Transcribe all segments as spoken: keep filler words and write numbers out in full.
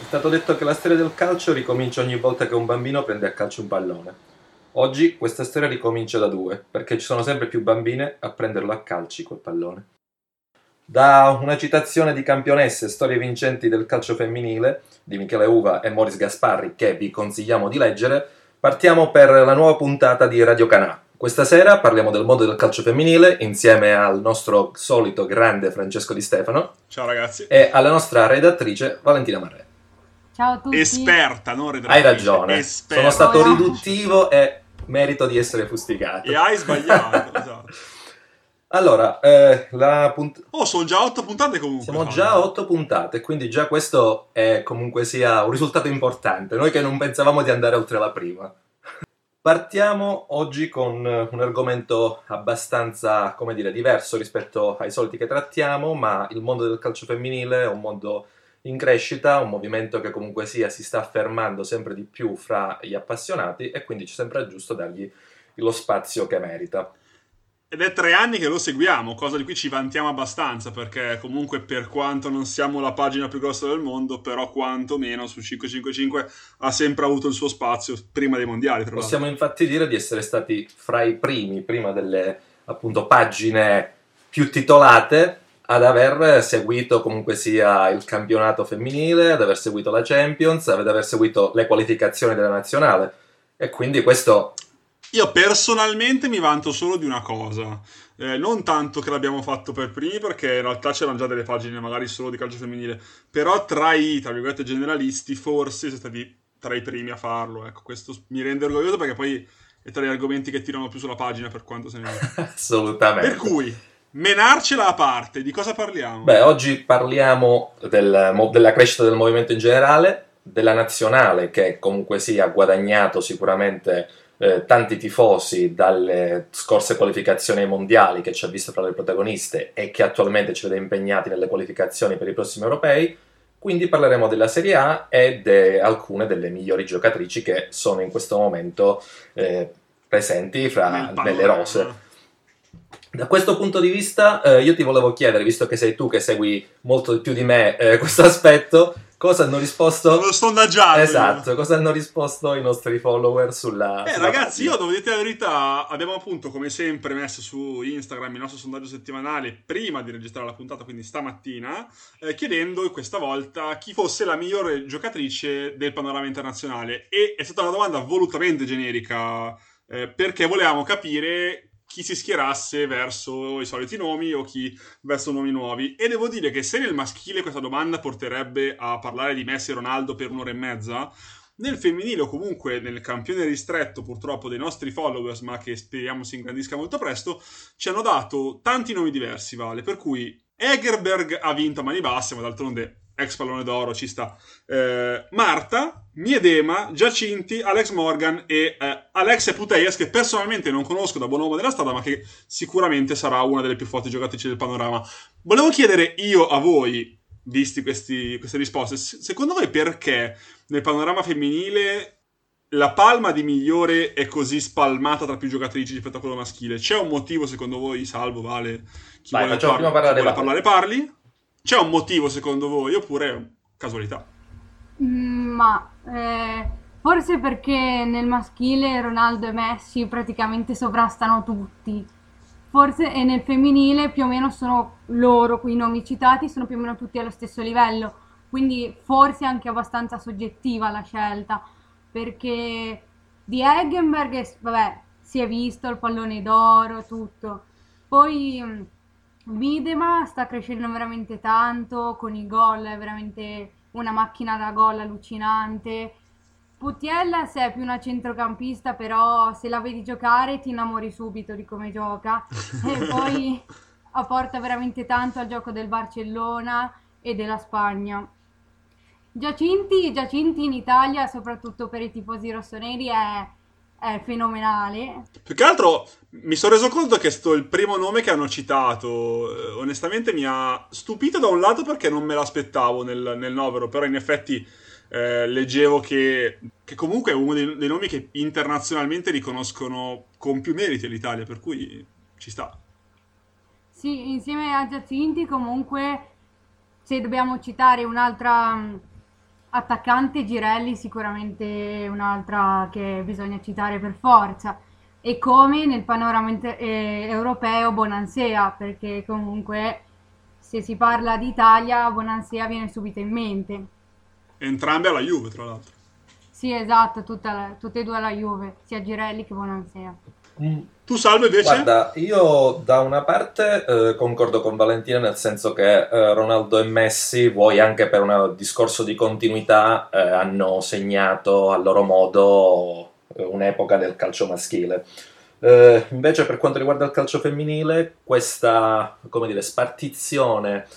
stato detto che la storia del calcio ricomincia ogni volta che un bambino prende a calcio un pallone. Oggi questa storia ricomincia da due, perché ci sono sempre più bambine a prenderlo a calci quel pallone. Da una citazione di campionesse e storie vincenti del calcio femminile di Michele Uva e Maurice Gasparri, che vi consigliamo di leggere, partiamo per la nuova puntata di Radio Canà. Questa sera parliamo del mondo del calcio femminile insieme al nostro solito grande Francesco Di Stefano. Ciao ragazzi. E alla nostra redattrice Valentina Marrè. Ciao a tutti. Esperta, non redattrice. Hai ragione, esperta. Sono stato Oh, no. riduttivo e merito di essere fustigato. E hai sbagliato, esatto. Allora, eh, la punt- Oh, sono già otto puntate comunque. siamo Fabio. già a otto puntate, quindi già questo è comunque sia un risultato importante. Noi che non pensavamo di andare oltre la prima. Partiamo oggi con un argomento abbastanza, come dire, diverso rispetto ai soliti che trattiamo, ma il mondo del calcio femminile è un mondo in crescita, un movimento che comunque sia si sta affermando sempre di più fra gli appassionati e quindi ci sembra giusto dargli lo spazio che merita. Ed è tre anni che lo seguiamo, cosa di cui ci vantiamo abbastanza, perché comunque per quanto non siamo la pagina più grossa del mondo, però quantomeno su cinquecentocinquantacinque ha sempre avuto il suo spazio prima dei mondiali. Tra Possiamo infatti dire di essere stati fra i primi, prima delle appunto pagine più titolate, ad aver seguito comunque sia il campionato femminile, ad aver seguito la Champions, ad aver seguito le qualificazioni della nazionale. E quindi questo... Io personalmente mi vanto solo di una cosa, eh, non tanto che l'abbiamo fatto per primi, perché in realtà c'erano già delle pagine magari solo di calcio femminile, però tra i, tra virgolette, generalisti forse siamo stati tra i primi a farlo, ecco, questo mi rende orgoglioso perché poi è tra gli argomenti che tirano più sulla pagina per quanto se ne dica. Assolutamente. Per cui, menarcela a parte, di cosa parliamo? Beh, oggi parliamo del, mo- della crescita del movimento in generale, della nazionale che comunque sia ha guadagnato sicuramente eh, tanti tifosi dalle scorse qualificazioni ai mondiali, che ci ha visto tra le protagoniste e che attualmente ci vede impegnati nelle qualificazioni per i prossimi europei. Quindi parleremo della Serie A e di alcune delle migliori giocatrici che sono in questo momento eh, presenti fra Nel nelle panorama. rose. Da questo punto di vista, eh, io ti volevo chiedere, visto che sei tu che segui molto di più di me eh, questo aspetto, cosa hanno risposto? Sono sondaggiato. Esatto, cosa hanno risposto i nostri follower sulla Eh sulla ragazzi, pagina? io devo dire la verità, abbiamo appunto come sempre messo su Instagram il nostro sondaggio settimanale prima di registrare la puntata, quindi stamattina, eh, chiedendo questa volta chi fosse la migliore giocatrice del panorama internazionale, e è stata una domanda volutamente generica, eh, perché volevamo capire chi si schierasse verso i soliti nomi o chi verso nomi nuovi. E devo dire che se nel maschile questa domanda porterebbe a parlare di Messi e Ronaldo per un'ora e mezza, nel femminile o comunque nel campione ristretto purtroppo dei nostri followers, ma che speriamo si ingrandisca molto presto, ci hanno dato tanti nomi diversi, Vale, per cui Egerberg ha vinto a mani basse, ma d'altronde ex pallone d'oro ci sta, eh, Marta, Miedema, Giacinti, Alex Morgan e eh, Alexia Putellas, che personalmente non conosco da buon uomo della strada, ma che sicuramente sarà una delle più forti giocatrici del panorama. Volevo chiedere io a voi, visti questi, queste risposte, secondo voi perché nel panorama femminile la palma di migliore è così spalmata tra più giocatrici rispetto a quello maschile? C'è un motivo secondo voi, Salvo, Vale? Chi Vai, vuole, facciamo par- prima parlare chi vuole Vale. parlare parli? C'è un motivo secondo voi oppure casualità? Mm, Ma eh, forse perché nel maschile Ronaldo e Messi praticamente sovrastano tutti. Forse e nel femminile più o meno sono loro, quei nomi citati, sono più o meno tutti allo stesso livello. Quindi forse è anche abbastanza soggettiva la scelta. Perché di Eggenberg, è- vabbè, si è visto il pallone d'oro, tutto. Poi mm, Midema sta crescendo veramente tanto, con i gol è veramente una macchina da gol allucinante. Putiella è più una centrocampista, però se la vedi giocare ti innamori subito di come gioca. E poi apporta veramente tanto al gioco del Barcellona e della Spagna. Giacinti, Giacinti in Italia, soprattutto per i tifosi rossoneri, è, è fenomenale. Più che altro mi sono reso conto che sto il primo nome che hanno citato, eh, onestamente mi ha stupito da un lato perché non me l'aspettavo nel, nel novero, però in effetti eh, leggevo che, che comunque è uno dei, dei nomi che internazionalmente riconoscono con più meriti l'Italia, per cui ci sta. Sì, insieme a Giacinti comunque, se dobbiamo citare un'altra, attaccante Girelli sicuramente un'altra che bisogna citare per forza, e come nel panorama inter- eh, europeo Bonansea, perché comunque se si parla di Italia Bonansea viene subito in mente. Entrambe alla Juve, tra l'altro. Sì, esatto, tutta la- tutte e due alla Juve, sia Girelli che Bonansea. Mm. Tu, Salvo, invece? Guarda, io da una parte eh, concordo con Valentina nel senso che eh, Ronaldo e Messi, vuoi anche per un discorso di continuità, eh, hanno segnato a loro modo eh, un'epoca del calcio maschile. Eh, invece per quanto riguarda il calcio femminile, questa, come dire, spartizione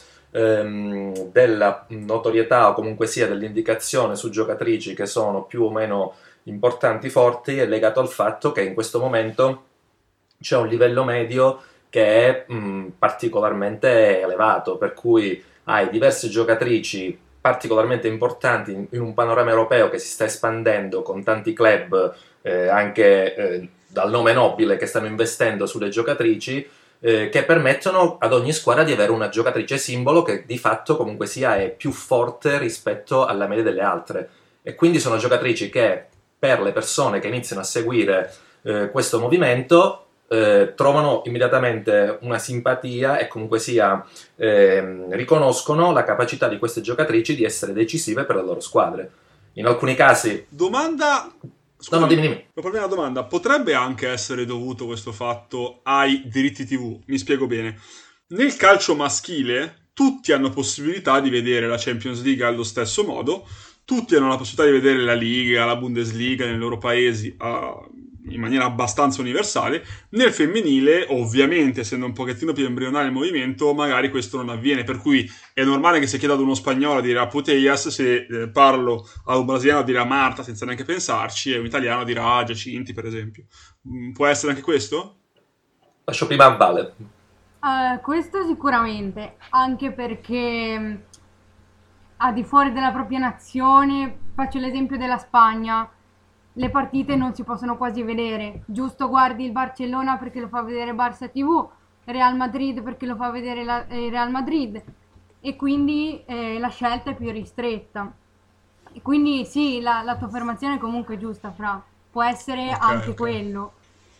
ehm, della notorietà o comunque sia dell'indicazione su giocatrici che sono più o meno importanti, forti, è legato al fatto che in questo momento c'è un livello medio che è mh, particolarmente elevato, per cui hai diverse giocatrici particolarmente importanti in, in un panorama europeo che si sta espandendo con tanti club eh, anche eh, dal nome nobile che stanno investendo sulle giocatrici, eh, che permettono ad ogni squadra di avere una giocatrice simbolo che di fatto comunque sia è più forte rispetto alla media delle altre, e quindi sono giocatrici che per le persone che iniziano a seguire eh, questo movimento eh, trovano immediatamente una simpatia e comunque sia eh, riconoscono la capacità di queste giocatrici di essere decisive per le loro squadre. In alcuni casi... Domanda... Scusami, no, no, dimmi, dimmi. Proprio una domanda. Potrebbe anche essere dovuto questo fatto ai diritti tivù? Mi spiego bene. Nel calcio maschile tutti hanno possibilità di vedere la Champions League allo stesso modo, tutti hanno la possibilità di vedere la Liga, la Bundesliga nei loro paesi uh, in maniera abbastanza universale. Nel femminile, ovviamente, essendo un pochettino più embrionale il movimento, magari questo non avviene, per cui è normale che se chiedo ad uno spagnolo dirà Putellas, se eh, parlo a un brasiliano dirà Marta senza neanche pensarci, e un italiano dirà Giacinti, per esempio. Mm, può essere anche questo? Lascio prima a Vale. Uh, questo sicuramente, anche perché mh, al di fuori della propria nazione, faccio l'esempio della Spagna, le partite non si possono quasi vedere, giusto guardi il Barcellona perché lo fa vedere Barça tivù, Real Madrid perché lo fa vedere la, eh, Real Madrid, e quindi eh, la scelta è più ristretta. E quindi sì, la, la tua affermazione è comunque giusta, Fra, può essere Ok, anche ok. quello.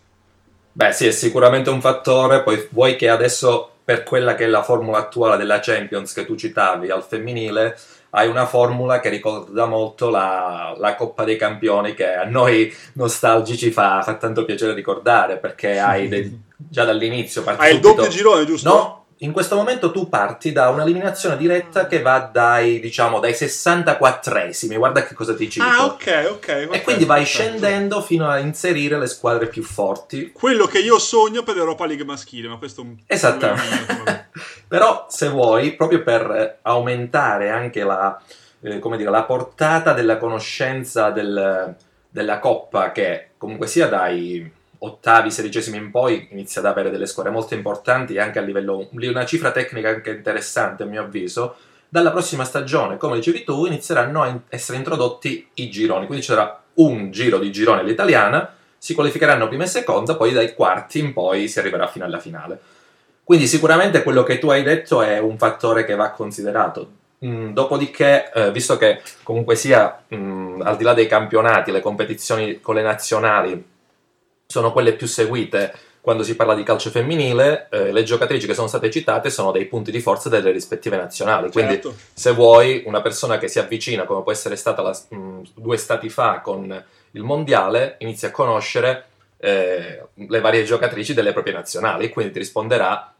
Beh sì, è sicuramente un fattore, poi vuoi che adesso per quella che è la formula attuale della Champions che tu citavi al femminile, hai una formula che ricorda molto la, la Coppa dei Campioni, che a noi nostalgici fa, fa tanto piacere ricordare, perché hai dei- già dall'inizio parti Hai il subito- doppio girone, giusto? No, in questo momento tu parti da un'eliminazione diretta che va dai, diciamo, dai sessantaquattresimi, guarda che cosa ti cito. Ah, ok, ok. E quindi vai perfetto. scendendo fino a inserire le squadre più forti. Quello che io sogno per l'Europa League maschile, ma questo è un Esattamente. Però se vuoi, proprio per eh, aumentare anche la, eh, come dire, la portata della conoscenza del- della Coppa, che comunque sia dai ottavi, sedicesimi in poi inizia ad avere delle squadre molto importanti, anche a livello, una cifra tecnica anche interessante a mio avviso, dalla prossima stagione, come dicevi tu, inizieranno a in- essere introdotti i gironi, quindi ci sarà un giro di girone all'italiana, si qualificheranno prima e seconda, poi dai quarti in poi si arriverà fino alla finale. Quindi sicuramente quello che tu hai detto è un fattore che va considerato. Mm, dopodiché, eh, visto che comunque sia, mm, al di là dei campionati, le competizioni con le nazionali sono quelle più seguite quando si parla di calcio femminile, eh, le giocatrici che sono state citate sono dei punti di forza delle rispettive nazionali. Quindi Certo. se vuoi, una persona che si avvicina, come può essere stata la- mh, due stati fa con il mondiale, inizia a conoscere eh, le varie giocatrici delle proprie nazionali, quindi ti risponderà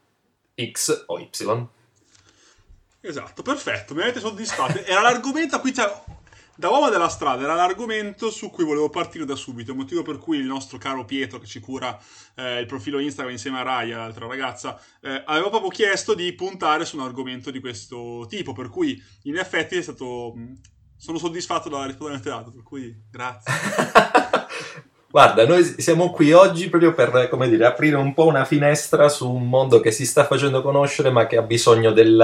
X o Y. Esatto, perfetto, mi avete soddisfatto. Era l'argomento a cui c'è... Da uomo della strada era l'argomento su cui volevo partire da subito, motivo per cui il nostro caro Pietro, che ci cura eh, il profilo Instagram insieme a Raya, l'altra ragazza, eh, aveva proprio chiesto di puntare su un argomento di questo tipo, per cui in effetti è stato... sono soddisfatto dalla risposta che avete dato, per cui grazie. Guarda, noi siamo qui oggi proprio per, come dire, aprire un po' una finestra su un mondo che si sta facendo conoscere ma che ha bisogno della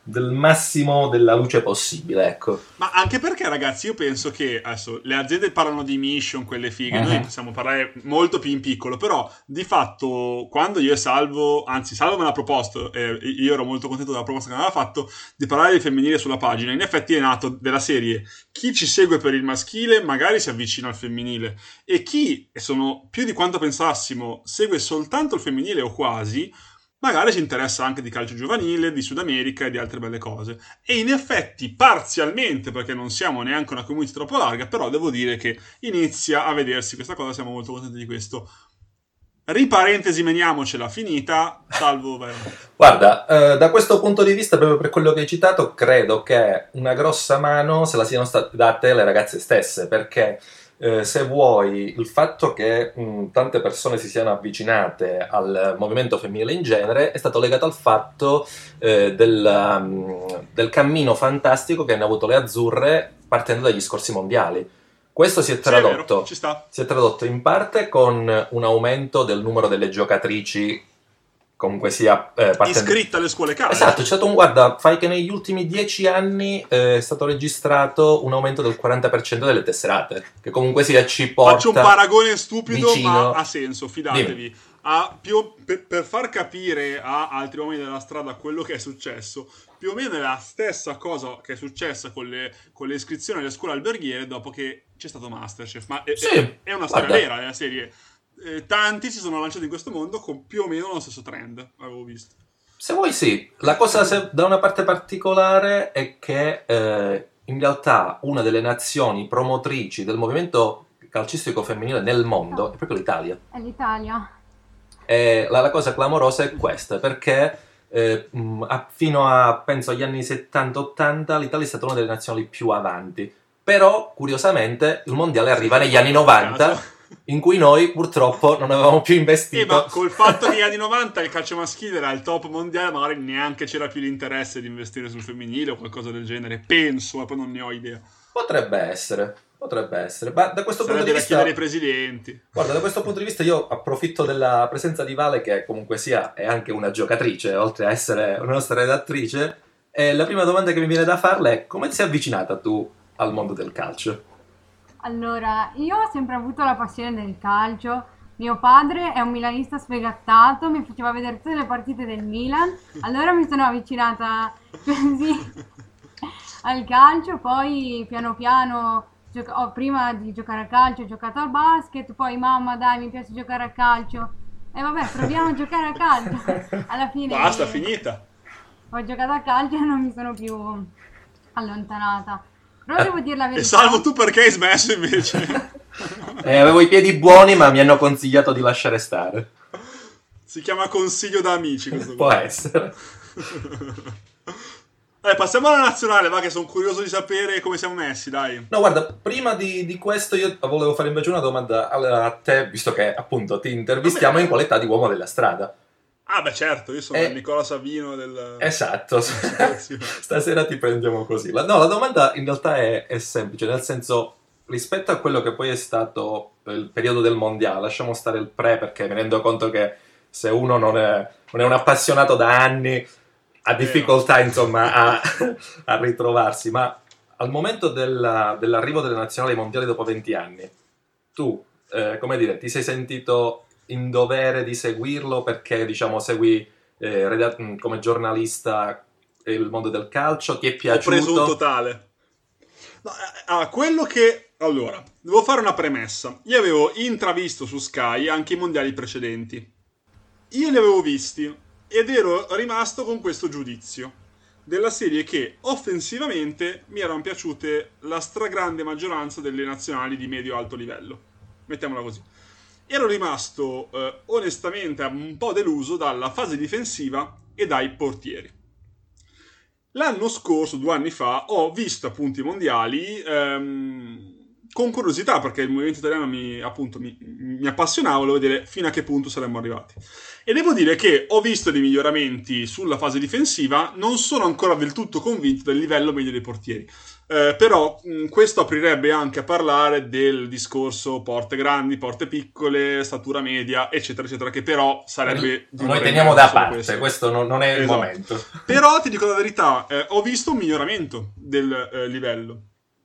del massimo della luce possibile, ecco. Ma anche perché, ragazzi, io penso che adesso le aziende parlano di mission, quelle fighe, uh-huh. Noi possiamo parlare molto più in piccolo, però di fatto quando io e Salvo, anzi Salvo me l'ha proposto, eh, io ero molto contento della proposta che mi aveva fatto, di parlare del femminile sulla pagina. In effetti è nato della serie: chi ci segue per il maschile magari si avvicina al femminile, e chi, e sono più di quanto pensassimo, segue soltanto il femminile o quasi, magari si interessa anche di calcio giovanile, di Sud America e di altre belle cose. E in effetti, parzialmente, perché non siamo neanche una community troppo larga, però devo dire che inizia a vedersi questa cosa, siamo molto contenti di questo. Riparentesi, meniamocela, finita. Salvo, vai. Guarda, eh, da questo punto di vista, proprio per quello che hai citato, credo che una grossa mano se la siano state date le ragazze stesse, perché Eh, se vuoi, il fatto che mh, tante persone si siano avvicinate al movimento femminile in genere è stato legato al fatto eh, del, um, del cammino fantastico che hanno avuto le azzurre partendo dagli scorsi mondiali. Questo si è tradotto, sì, è vero, si è tradotto in parte con un aumento del numero delle giocatrici, comunque sia eh, partendo... iscritta alle scuole calcio. Esatto, c'è stato un, guarda, fai che negli ultimi dieci anni eh, è stato registrato un aumento del quaranta per cento delle tesserate, che comunque sia ci porta... Faccio un paragone stupido, vicino... ma ha senso, fidatevi. A più, per, per far capire a altri uomini della strada quello che è successo, più o meno è la stessa cosa che è successa con le, con le iscrizioni alle scuole alberghiere dopo che c'è stato Masterchef. Ma è, sì, è, è una storia guarda. vera, la serie... Eh, tanti si sono lanciati in questo mondo con più o meno lo stesso trend, avevo visto. Se vuoi sì, la cosa se, da una parte particolare è che eh, in realtà una delle nazioni promotrici del movimento calcistico femminile nel mondo è proprio l'Italia. È l'Italia. E la, la cosa clamorosa è questa, perché eh, a, fino a penso agli anni settanta ottanta l'Italia è stata una delle nazioni più avanti, però curiosamente il mondiale arriva negli anni novanta, in cui noi purtroppo non avevamo più investito. Eh, ma col fatto che negli anni novanta il calcio maschile era il top mondiale, magari neanche c'era più l'interesse di investire sul femminile o qualcosa del genere, penso, ma poi non ne ho idea. Potrebbe essere, potrebbe essere, ma da questo Sarebbe punto di da vista... chiedere ai presidenti. Guarda, da questo punto di vista io approfitto della presenza di Vale, che comunque sia è anche una giocatrice, oltre a essere una nostra redattrice, e la prima domanda che mi viene da farle è: come ti sei avvicinata tu al mondo del calcio? Allora, io ho sempre avuto la passione del calcio. Mio padre è un milanista sfegattato, mi faceva vedere tutte le partite del Milan, allora mi sono avvicinata così al calcio, poi piano piano, gioca- oh, prima di giocare a calcio ho giocato al basket, poi mamma dai mi piace giocare a calcio, e vabbè proviamo a giocare a calcio, alla fine Basta, finita. ho giocato a calcio e non mi sono più allontanata. Però devo dire la verità. E Salvo, tu perché hai smesso invece? Eh, avevo i piedi buoni, ma mi hanno consigliato di lasciare stare. Si chiama consiglio da amici questo. Può essere. Eh, passiamo alla nazionale, va, che sono curioso di sapere come siamo messi, dai. No, guarda, prima di, di questo io volevo fare invece una domanda a, a te, visto che appunto ti intervistiamo in qualità di uomo della strada. Ah beh certo, io sono Eh, il Nicola Savino del... Esatto, stasera ti prendiamo così. La, no, la domanda in realtà è, è semplice, nel senso, rispetto a quello che poi è stato il periodo del mondiale, lasciamo stare il pre, perché mi rendo conto che se uno non è, non è un appassionato da anni ha difficoltà insomma a, a ritrovarsi, ma al momento della, dell'arrivo delle nazionali mondiali dopo venti anni, tu, eh, come dire, ti sei sentito in dovere di seguirlo perché, diciamo, segui eh, redat- come giornalista il mondo del calcio? Ti è piaciuto? Ho preso un totale. No, ah, quello che... Allora, devo fare una premessa. Io avevo intravisto su Sky anche i mondiali precedenti. Io li avevo visti ed ero rimasto con questo giudizio della serie che offensivamente mi erano piaciute la stragrande maggioranza delle nazionali di medio-alto livello. Mettiamola così. Ero rimasto eh, onestamente un po' deluso dalla fase difensiva e dai portieri. L'anno scorso, due anni fa, ho visto appunto i mondiali ehm, con curiosità, perché il movimento italiano mi, appunto, mi, mi appassionava, volevo vedere fino a che punto saremmo arrivati. E devo dire che ho visto dei miglioramenti sulla fase difensiva, non sono ancora del tutto convinto del livello medio dei portieri. Eh, però mh, questo aprirebbe anche a parlare del discorso porte grandi, porte piccole, statura media, eccetera, eccetera, che però sarebbe... Noi teniamo da parte, questo, questo non, non è esatto. il momento. Però ti dico la verità, eh, ho visto un miglioramento del eh, livello.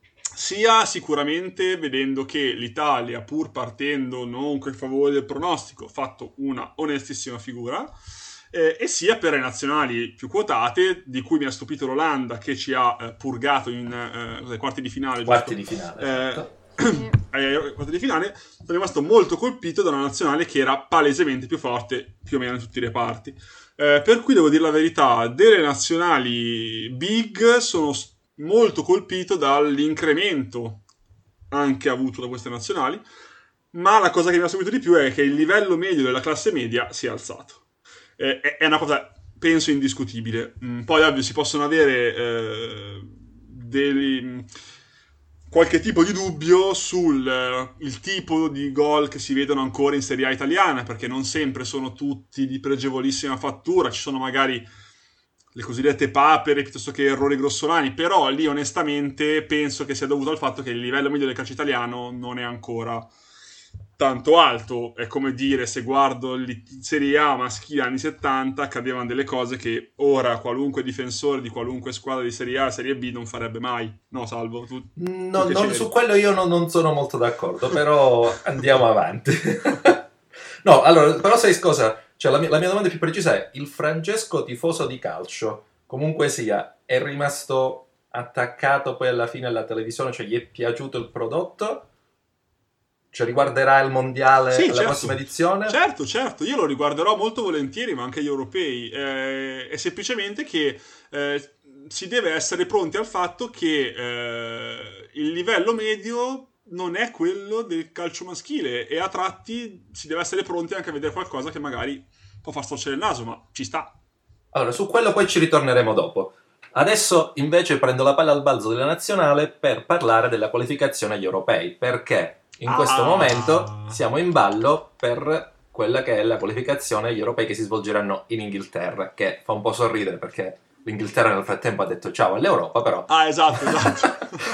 Sia sicuramente vedendo che l'Italia, pur partendo non con il favore del pronostico, ha fatto una onestissima figura, eh, e sia per le nazionali più quotate, di cui mi ha stupito l'Olanda, che ci ha eh, purgato in eh, quarti di finale. Quarti di finale, eh, esatto. eh, quarti di finale, sono rimasto molto colpito da una nazionale che era palesemente più forte, più o meno in tutti i reparti. Eh, per cui devo dire la verità, delle nazionali big sono molto colpito dall'incremento anche avuto da queste nazionali, ma la cosa che mi ha stupito di più è che il livello medio della classe media si è alzato. Eh, è una cosa, penso, indiscutibile. Mm, poi ovvio si possono avere eh, dei, qualche tipo di dubbio sul eh, il tipo di gol che si vedono ancora in Serie A italiana, perché non sempre sono tutti di pregevolissima fattura, ci sono magari le cosiddette papere piuttosto che errori grossolani, però lì onestamente penso che sia dovuto al fatto che il livello medio del calcio italiano non è ancora tanto alto. È come dire, se guardo il Serie A maschile anni settanta, accadevano delle cose che ora qualunque difensore di qualunque squadra di Serie A, Serie B non farebbe mai. No, Salvo? Tu, no, tu non, su quello io non, non sono molto d'accordo, però andiamo avanti. No, allora, però sai cosa? Cioè, la mia, la mia domanda più precisa è: il Francesco tifoso di calcio, comunque sia, è rimasto attaccato poi alla fine alla televisione? Cioè, gli è piaciuto il prodotto? Cioè, riguarderà il mondiale sì, alla certo, prossima edizione? Certo, certo, io lo riguarderò molto volentieri, ma anche gli europei. Eh, è semplicemente che eh, si deve essere pronti al fatto che eh, il livello medio non è quello del calcio maschile, e a tratti si deve essere pronti anche a vedere qualcosa che magari può far storcere il naso, ma ci sta. Allora, su quello poi ci ritorneremo dopo. Adesso invece prendo la palla al balzo della nazionale per parlare della qualificazione agli europei, perché in questo ah. momento siamo in ballo per quella che è la qualificazione agli europei che si svolgeranno in Inghilterra, che fa un po' sorridere perché l'Inghilterra nel frattempo ha detto ciao all'Europa, però... Ah, esatto, esatto.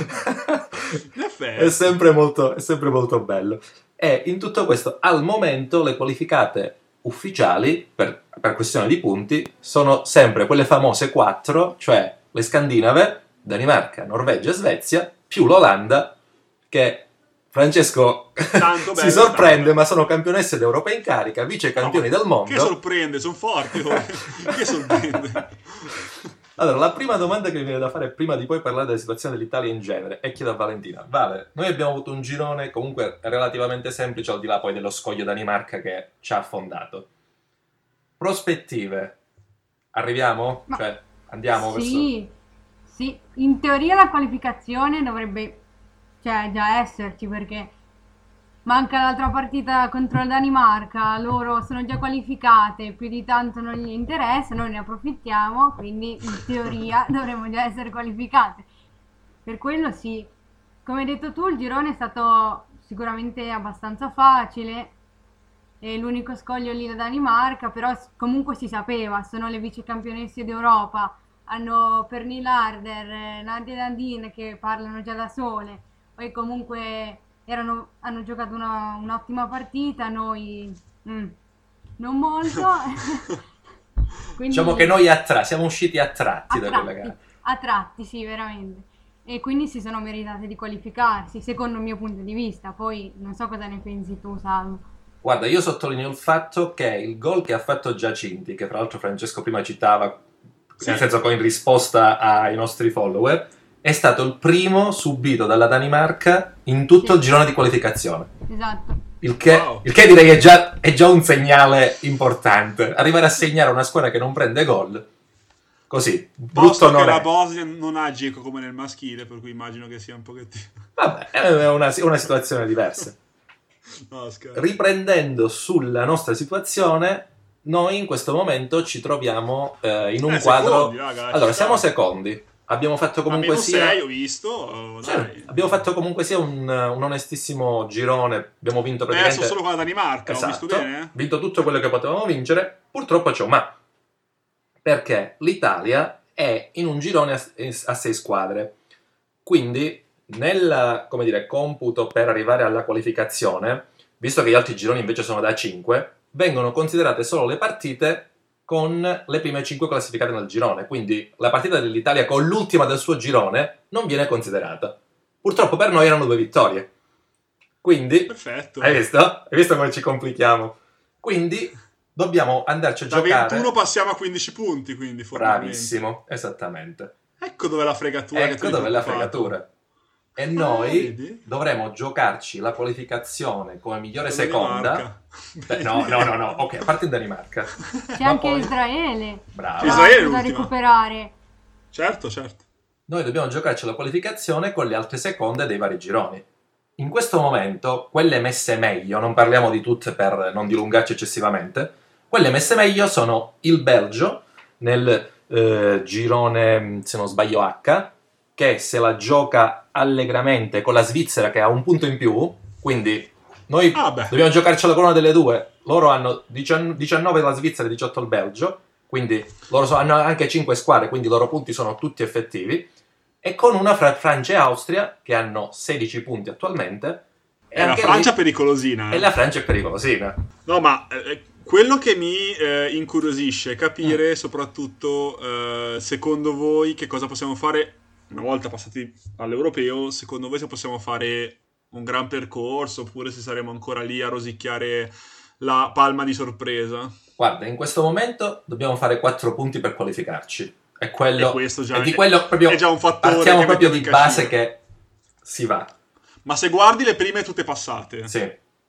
è, sempre molto, è sempre molto bello. E in tutto questo, al momento, le qualificate ufficiali, per, per questione di punti, sono sempre quelle famose quattro, cioè le scandinave, Danimarca, Norvegia e Svezia, più l'Olanda, che... Francesco tanto bello, si sorprende, tanto. Ma sono campionesse d'Europa in carica, vice campioni no, del mondo. Che sorprende, sono forti. Che sorprende. Allora, la prima domanda che mi viene da fare prima di poi parlare della situazione dell'Italia in genere è chiedo a Valentina. Vale, noi abbiamo avuto un girone comunque relativamente semplice, al di là poi dello scoglio Danimarca che ci ha affondato. Prospettive. Arriviamo? Ma cioè, andiamo sì, verso... sì, in teoria la qualificazione dovrebbe... cioè già esserci, perché manca l'altra partita contro la Danimarca, loro sono già qualificate, più di tanto non gli interessa, noi ne approfittiamo, quindi in teoria dovremmo già essere qualificate. Per quello sì, come hai detto tu, il girone è stato sicuramente abbastanza facile, e l'unico scoglio lì la Danimarca, però comunque si sapeva, sono le vice campionesse d'Europa, hanno Pernille Harder, Nadia Landin che parlano già da sole. Poi comunque erano, hanno giocato una, un'ottima partita, noi mm, non molto. Quindi, diciamo che noi attra- siamo usciti attratti, attratti da quella gara. Attratti, sì, veramente. E quindi si sono meritate di qualificarsi, secondo il mio punto di vista. Poi non so cosa ne pensi tu, Salvo. Guarda, io sottolineo il fatto che il gol che ha fatto Giacinti, che fra l'altro Francesco prima citava, sì. nel senso poi in risposta ai nostri follower, è stato il primo subito dalla Danimarca in tutto sì. il girone di qualificazione. Esatto. Il che, wow. il che direi è già, è già un segnale importante. Arrivare a segnare una squadra che non prende gol, così, brutto non che è. La Bosnia non ha Dzeko come nel maschile, per cui immagino che sia un pochettino... Vabbè, è una, una situazione diversa. No, Riprendendo sulla nostra situazione, noi in questo momento ci troviamo eh, in un eh, quadro... Secondi, raga, allora, siamo secondi. Abbiamo fatto comunque a meno sia... sei ho visto, oh, Cioè, dai. abbiamo fatto comunque sia un, un onestissimo girone. Abbiamo vinto praticamente... Perso solo con la Danimarca, esatto, ho visto bene? Eh? vinto tutto quello che potevamo vincere. Purtroppo c'è un ma. Perché l'Italia è in un girone a, a sei squadre. Quindi nel, come dire, computo per arrivare alla qualificazione, visto che gli altri gironi invece sono da cinque, vengono considerate solo le partite con le prime cinque classificate nel girone. Quindi la partita dell'Italia con l'ultima del suo girone non viene considerata. Purtroppo per noi erano due vittorie. Quindi, perfetto. Hai visto? Hai visto come ci complichiamo? Quindi dobbiamo andarci a da giocare. ventuno passiamo a quindici punti, quindi formalmente. Bravissimo, esattamente. Ecco dove la fregatura. Ecco che dove la preoccupato. fregatura. E Ah, noi vedi? dovremo giocarci la qualificazione come migliore Con seconda. Danimarca. Beh, no, no, no, no, ok, a parte in Danimarca. C'è Ma anche poi- Israele. Bravo. Israele è da l'ultima. recuperare. Certo, certo. Noi dobbiamo giocarci la qualificazione con le altre seconde dei vari gironi. In questo momento, quelle messe meglio, non parliamo di tutte per non dilungarci eccessivamente, quelle messe meglio sono il Belgio nel eh, girone, se non sbaglio, H, che se la gioca allegramente con la Svizzera che ha un punto in più, quindi noi Ah, beh. dobbiamo giocarci con una delle due. Loro hanno diciannove la Svizzera e diciotto il Belgio, quindi loro so- hanno anche cinque squadre, quindi i loro punti sono tutti effettivi, e con una fra Francia e Austria che hanno sedici punti attualmente. E È la anche Francia lì- pericolosina. eh. E la Francia è pericolosina. No, ma eh, quello che mi eh, incuriosisce è capire soprattutto, eh, secondo voi, che cosa possiamo fare una volta passati all'europeo. Secondo voi se possiamo fare un gran percorso oppure se saremo ancora lì a rosicchiare la palma di sorpresa? Guarda, in questo momento dobbiamo fare quattro punti per qualificarci. E quello E questo già e di è- quello proprio è già un fattore partiamo che proprio mette di in base cascina. che si va. Ma se guardi le prime tutte passate, Sì.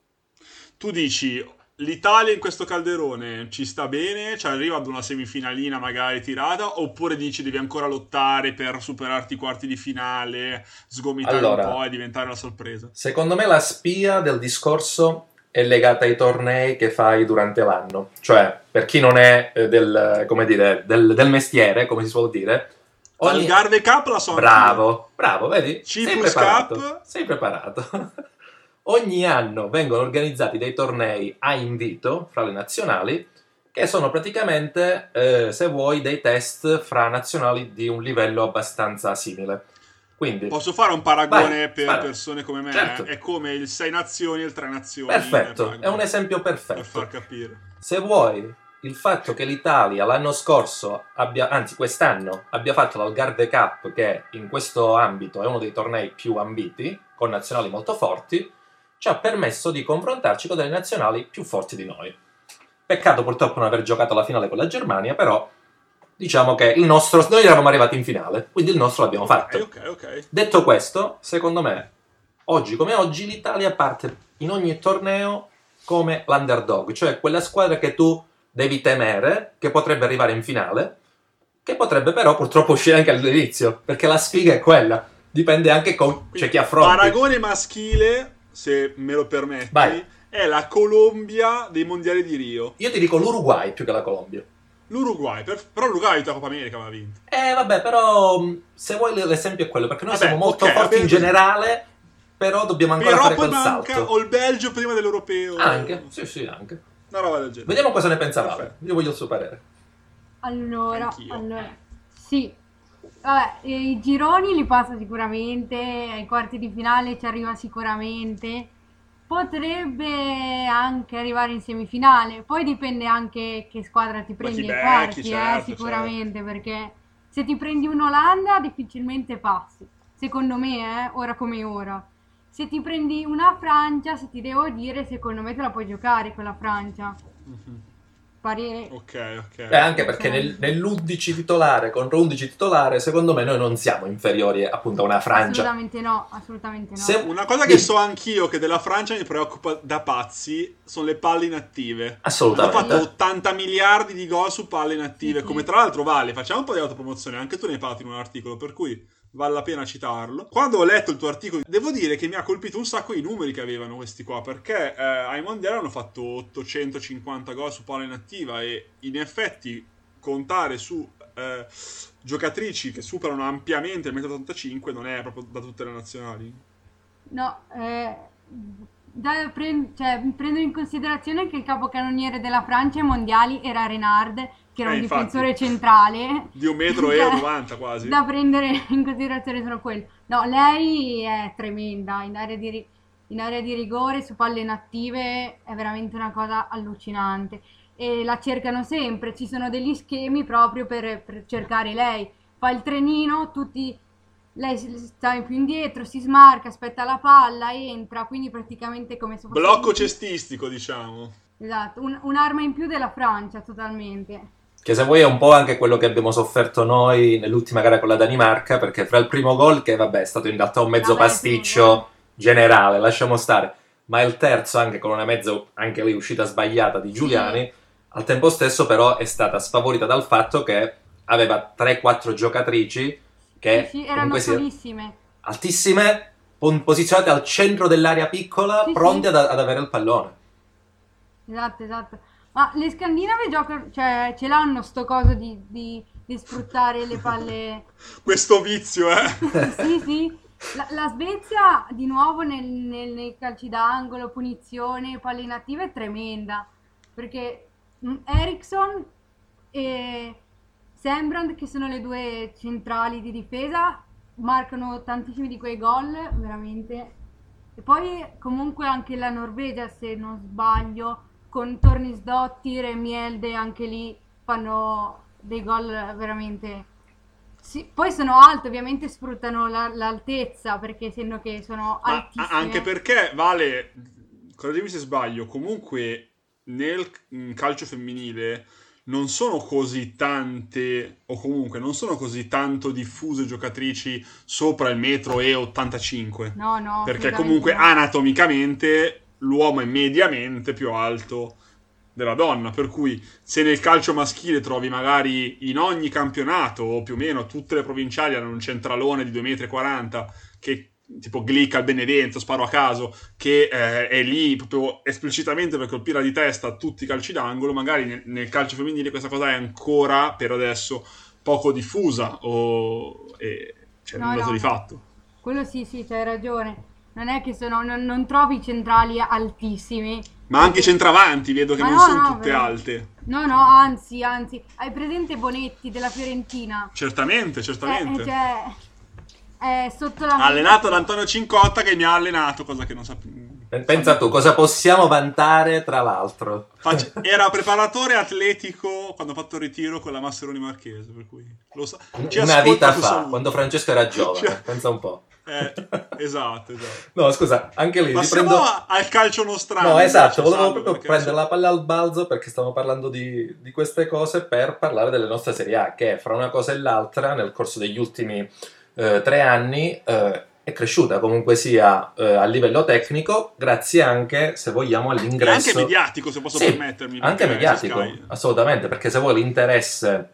tu dici l'Italia in questo calderone ci sta bene, cioè arriva ad una semifinalina magari tirata, oppure dici devi ancora lottare per superarti i quarti di finale, sgomitare Allora, un po' e diventare la sorpresa? Secondo me la spia del discorso è legata ai tornei che fai durante l'anno. Cioè, per chi non è eh, del, come dire, del, del mestiere, come si suol dire, ogni... Algarve Cup la so anch'io. Bravo, bravo, vedi? C Sei plus preparato. Cup. Sei preparato. Ogni anno vengono organizzati dei tornei a invito fra le nazionali, che sono praticamente, eh, se vuoi, dei test fra nazionali di un livello abbastanza simile. Quindi, Posso fare un paragone Vai, per spara. persone come me? Certo. È come il sei nazioni e il tre nazioni. perfetto, nel rugby, è un esempio per perfetto. far capire. Se vuoi, il fatto che l'Italia l'anno scorso abbia, anzi quest'anno, abbia fatto l'Algarve Cup, che in questo ambito è uno dei tornei più ambiti, con nazionali molto forti, ci ha permesso di confrontarci con delle nazionali più forti di noi. Peccato purtroppo non aver giocato la finale con la Germania, però diciamo che il nostro, noi eravamo arrivati in finale, quindi il nostro l'abbiamo fatto. Ok, ok, ok. Detto questo, secondo me, oggi come oggi, l'Italia parte in ogni torneo come l'underdog, cioè quella squadra che tu devi temere, che potrebbe arrivare in finale, che potrebbe però purtroppo uscire anche all'inizio, perché la sfiga è quella, dipende anche con c'è chi affronti. Paragone maschile, se me lo permetti, Vai. è la Colombia dei mondiali di Rio. Io ti dico l'Uruguay più che la Colombia. L'Uruguay, per- però l'Uruguay la Coppa America aveva vinto. Eh vabbè, però mh, se vuoi l'esempio è quello, perché noi Vabbè, siamo molto ok, forti va bene in così. generale, però dobbiamo ancora Però fare poi quel manca salto. o il Belgio prima dell'europeo. Anche, sì sì, anche. Una roba del genere. Vediamo cosa ne pensavate. Perfetto. Io voglio il suo parere. Allora, Anch'io. allora, sì. Vabbè, eh, i gironi li passa sicuramente, ai quarti di finale ci arriva sicuramente. Potrebbe anche arrivare in semifinale, poi dipende anche che squadra ti prendi chi ai becchi, quarti, certo, eh, sicuramente, perché se ti prendi un'Olanda difficilmente passi, secondo me, eh, ora come ora. Se ti prendi una Francia, se ti devo dire, secondo me te la puoi giocare quella Francia. Mhm. Parere. Ok, ok. Eh, anche perché nel, nell'undici titolare contro undici titolare, secondo me noi non siamo inferiori appunto a una Francia. Assolutamente no, assolutamente no. Se- Una cosa che Dimmi. so anch'io che della Francia mi preoccupa da pazzi sono le palle inattive. Hanno Assolutamente. fatto ottanta miliardi di gol su palle inattive, Sì, sì. come tra l'altro vale. Facciamo un po' di autopromozione, anche tu ne hai parlato in un articolo, per cui vale la pena citarlo. Quando ho letto il tuo articolo, devo dire che mi ha colpito un sacco i numeri che avevano questi qua, perché eh, ai mondiali hanno fatto ottocentocinquanta gol su palla inattiva e in effetti contare su eh, giocatrici che superano ampiamente il uno virgola ottantacinque non è proprio da tutte le nazionali. No, eh, da pre- cioè, prendo in considerazione che il capocannoniere della Francia ai mondiali era Renard, che era Eh, un infatti. difensore centrale. Di un metro e Cioè, novanta quasi. Da prendere in considerazione solo quello. No, lei è tremenda in area di, ri- in area di rigore, su palle inattive, è veramente una cosa allucinante. E la cercano sempre, ci sono degli schemi proprio per, per cercare lei. Fa il trenino, tutti, lei si- sta più indietro, si smarca, aspetta la palla, entra, quindi praticamente come se fosse... Blocco cestistico, diciamo. Esatto, un- un'arma in più della Francia, totalmente. Che se vuoi è un po' anche quello che abbiamo sofferto noi nell'ultima gara con la Danimarca, perché fra il primo gol, che vabbè è stato in realtà un mezzo Vabbè, pasticcio generale, lasciamo stare, ma il terzo anche con una mezzo, anche lì uscita sbagliata di Giuliani, al tempo stesso però è stata sfavorita dal fatto che aveva tre quattro giocatrici che Sì, sì, erano comunque sia solissime. altissime, pon- posizionate al centro dell'area piccola, Sì, pronte sì. ad, ad avere il pallone. Esatto, esatto. Ma le scandinave giocano, cioè ce l'hanno sto coso di, di- di sfruttare le palle. Questo vizio, eh. Sì, sì. La, la Svezia di nuovo nel- nel- nei calci d'angolo, punizione, palle inattive è tremenda. Perché mm, Eriksson e Sembrand, che sono le due centrali di difesa, marcano tantissimi di quei gol, veramente. E poi comunque anche la Norvegia, se non sbaglio, con Tornisdottir e Mielde, anche lì fanno dei gol veramente... Sì, poi sono alte, ovviamente sfruttano la- l'altezza, perché essendo che sono Ma altissime. a- anche perché, Vale, correggimi se sbaglio, comunque nel mm, calcio femminile non sono così tante, o comunque non sono così tanto diffuse giocatrici sopra il metro e ottantacinque. No, no, Perché assolutamente comunque no. anatomicamente l'uomo è mediamente più alto della donna, per cui se nel calcio maschile trovi magari in ogni campionato o più o meno tutte le provinciali hanno un centralone di due virgola quaranta metri che tipo Glick al Benevento, sparo a caso, che eh, è lì proprio esplicitamente per colpire di testa a tutti i calci d'angolo, magari nel, nel calcio femminile questa cosa è ancora per adesso poco diffusa o e, cioè, No, un dato no, di fatto. quello sì, sì, c'hai ragione. Non è che sono, non, non trovi centrali altissimi. Ma anche i centravanti vedo che Ma non no, sono no, tutte veramente. alte. No, no, anzi, anzi. Hai presente Bonetti della Fiorentina? Certamente, Eh, certamente. eh, cioè, è sotto la Allenato da Antonio Cincotta che mi ha allenato, cosa che non sapevo. Pensa tu, cosa possiamo vantare tra l'altro? Face- Era preparatore atletico quando ha fatto il ritiro con la Masseroni Marchese, per cui lo sa- ci Una ascolta vita su fa, saluto. quando Francesco era giovane, Cioè- pensa un po'. Eh, esatto, esatto. No, scusa, anche lì Passiamo riprendo... a- al calcio nostrano. No, esatto, invece, volevo Salvo, proprio perché prendere so- la palla al balzo perché stiamo parlando di, di queste cose per parlare delle nostre Serie A, che fra una cosa e l'altra, nel corso degli ultimi eh, tre anni, eh, è cresciuta comunque sia eh, a livello tecnico, grazie anche, se vogliamo, E all'ingresso... anche mediatico, se posso Sì, permettermi. anche perché mediatico, Sky- assolutamente, perché se vuoi l'interesse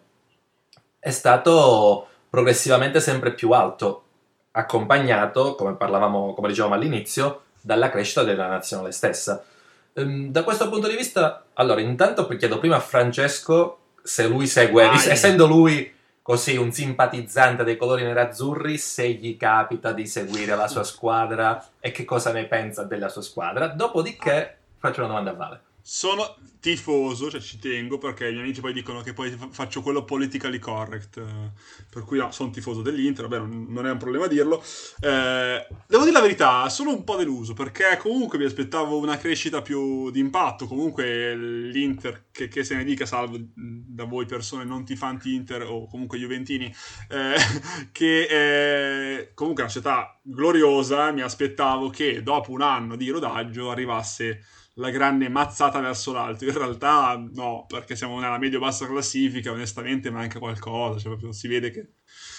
è stato progressivamente sempre più alto, accompagnato, come parlavamo, come dicevamo all'inizio, dalla crescita della nazionale stessa. Ehm, da questo punto di vista, allora, intanto chiedo prima a Francesco se lui segue, Vai. essendo lui così un simpatizzante dei colori nerazzurri, se gli capita di seguire la sua squadra e che cosa ne pensa della sua squadra. Dopodiché faccio una domanda a Vale. Sono tifoso, cioè ci tengo, perché i miei amici poi dicono che poi fa- faccio quello politically correct, eh, per cui no, sono tifoso dell'Inter, vabbè, non, non è un problema dirlo. Eh, devo dire la verità, sono un po' deluso, perché comunque mi aspettavo una crescita più di impatto, comunque l'Inter, che, che se ne dica, salvo da voi persone non tifanti Inter o comunque juventini, eh, che eh, comunque è una società gloriosa, mi aspettavo che dopo un anno di rodaggio arrivasse la grande mazzata verso l'alto. In realtà no, perché siamo nella medio-bassa classifica, onestamente manca qualcosa, cioè proprio si vede che...